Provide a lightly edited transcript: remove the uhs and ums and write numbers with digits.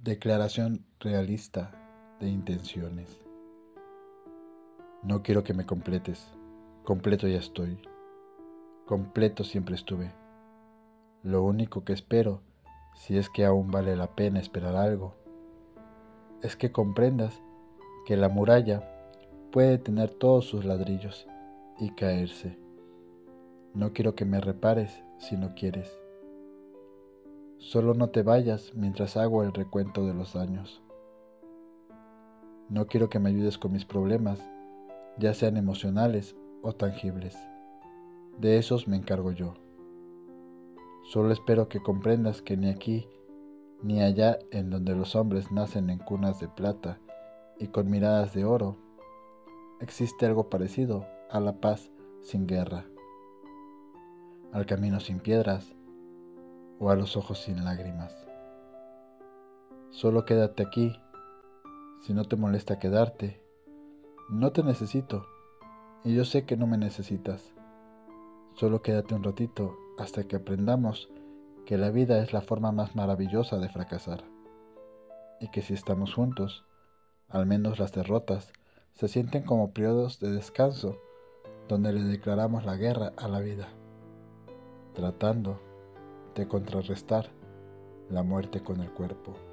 Declaración realista de intenciones. No quiero que me completes. Completo ya estoy. Completo siempre estuve. Lo único que espero, si es que aún vale la pena esperar algo, es que comprendas que la muralla puede tener todos sus ladrillos y caerse. No quiero que me repares si no quieres. Solo no te vayas mientras hago el recuento de los daños. No quiero que me ayudes con mis problemas, ya sean emocionales o tangibles. De esos me encargo yo. Solo espero que comprendas que ni aquí ni allá, en donde los hombres nacen en cunas de plata y con miradas de oro, existe algo parecido a la paz sin guerra, al camino sin piedras o a los ojos sin lágrimas. Solo quédate aquí. Si no te molesta quedarte, no te necesito y yo sé que no me necesitas. Solo quédate un ratito hasta que aprendamos que la vida es la forma más maravillosa de fracasar y que si estamos juntos, al menos las derrotas se sienten como periodos de descanso donde le declaramos la guerra a la vida, tratando de contrarrestar la muerte con el cuerpo.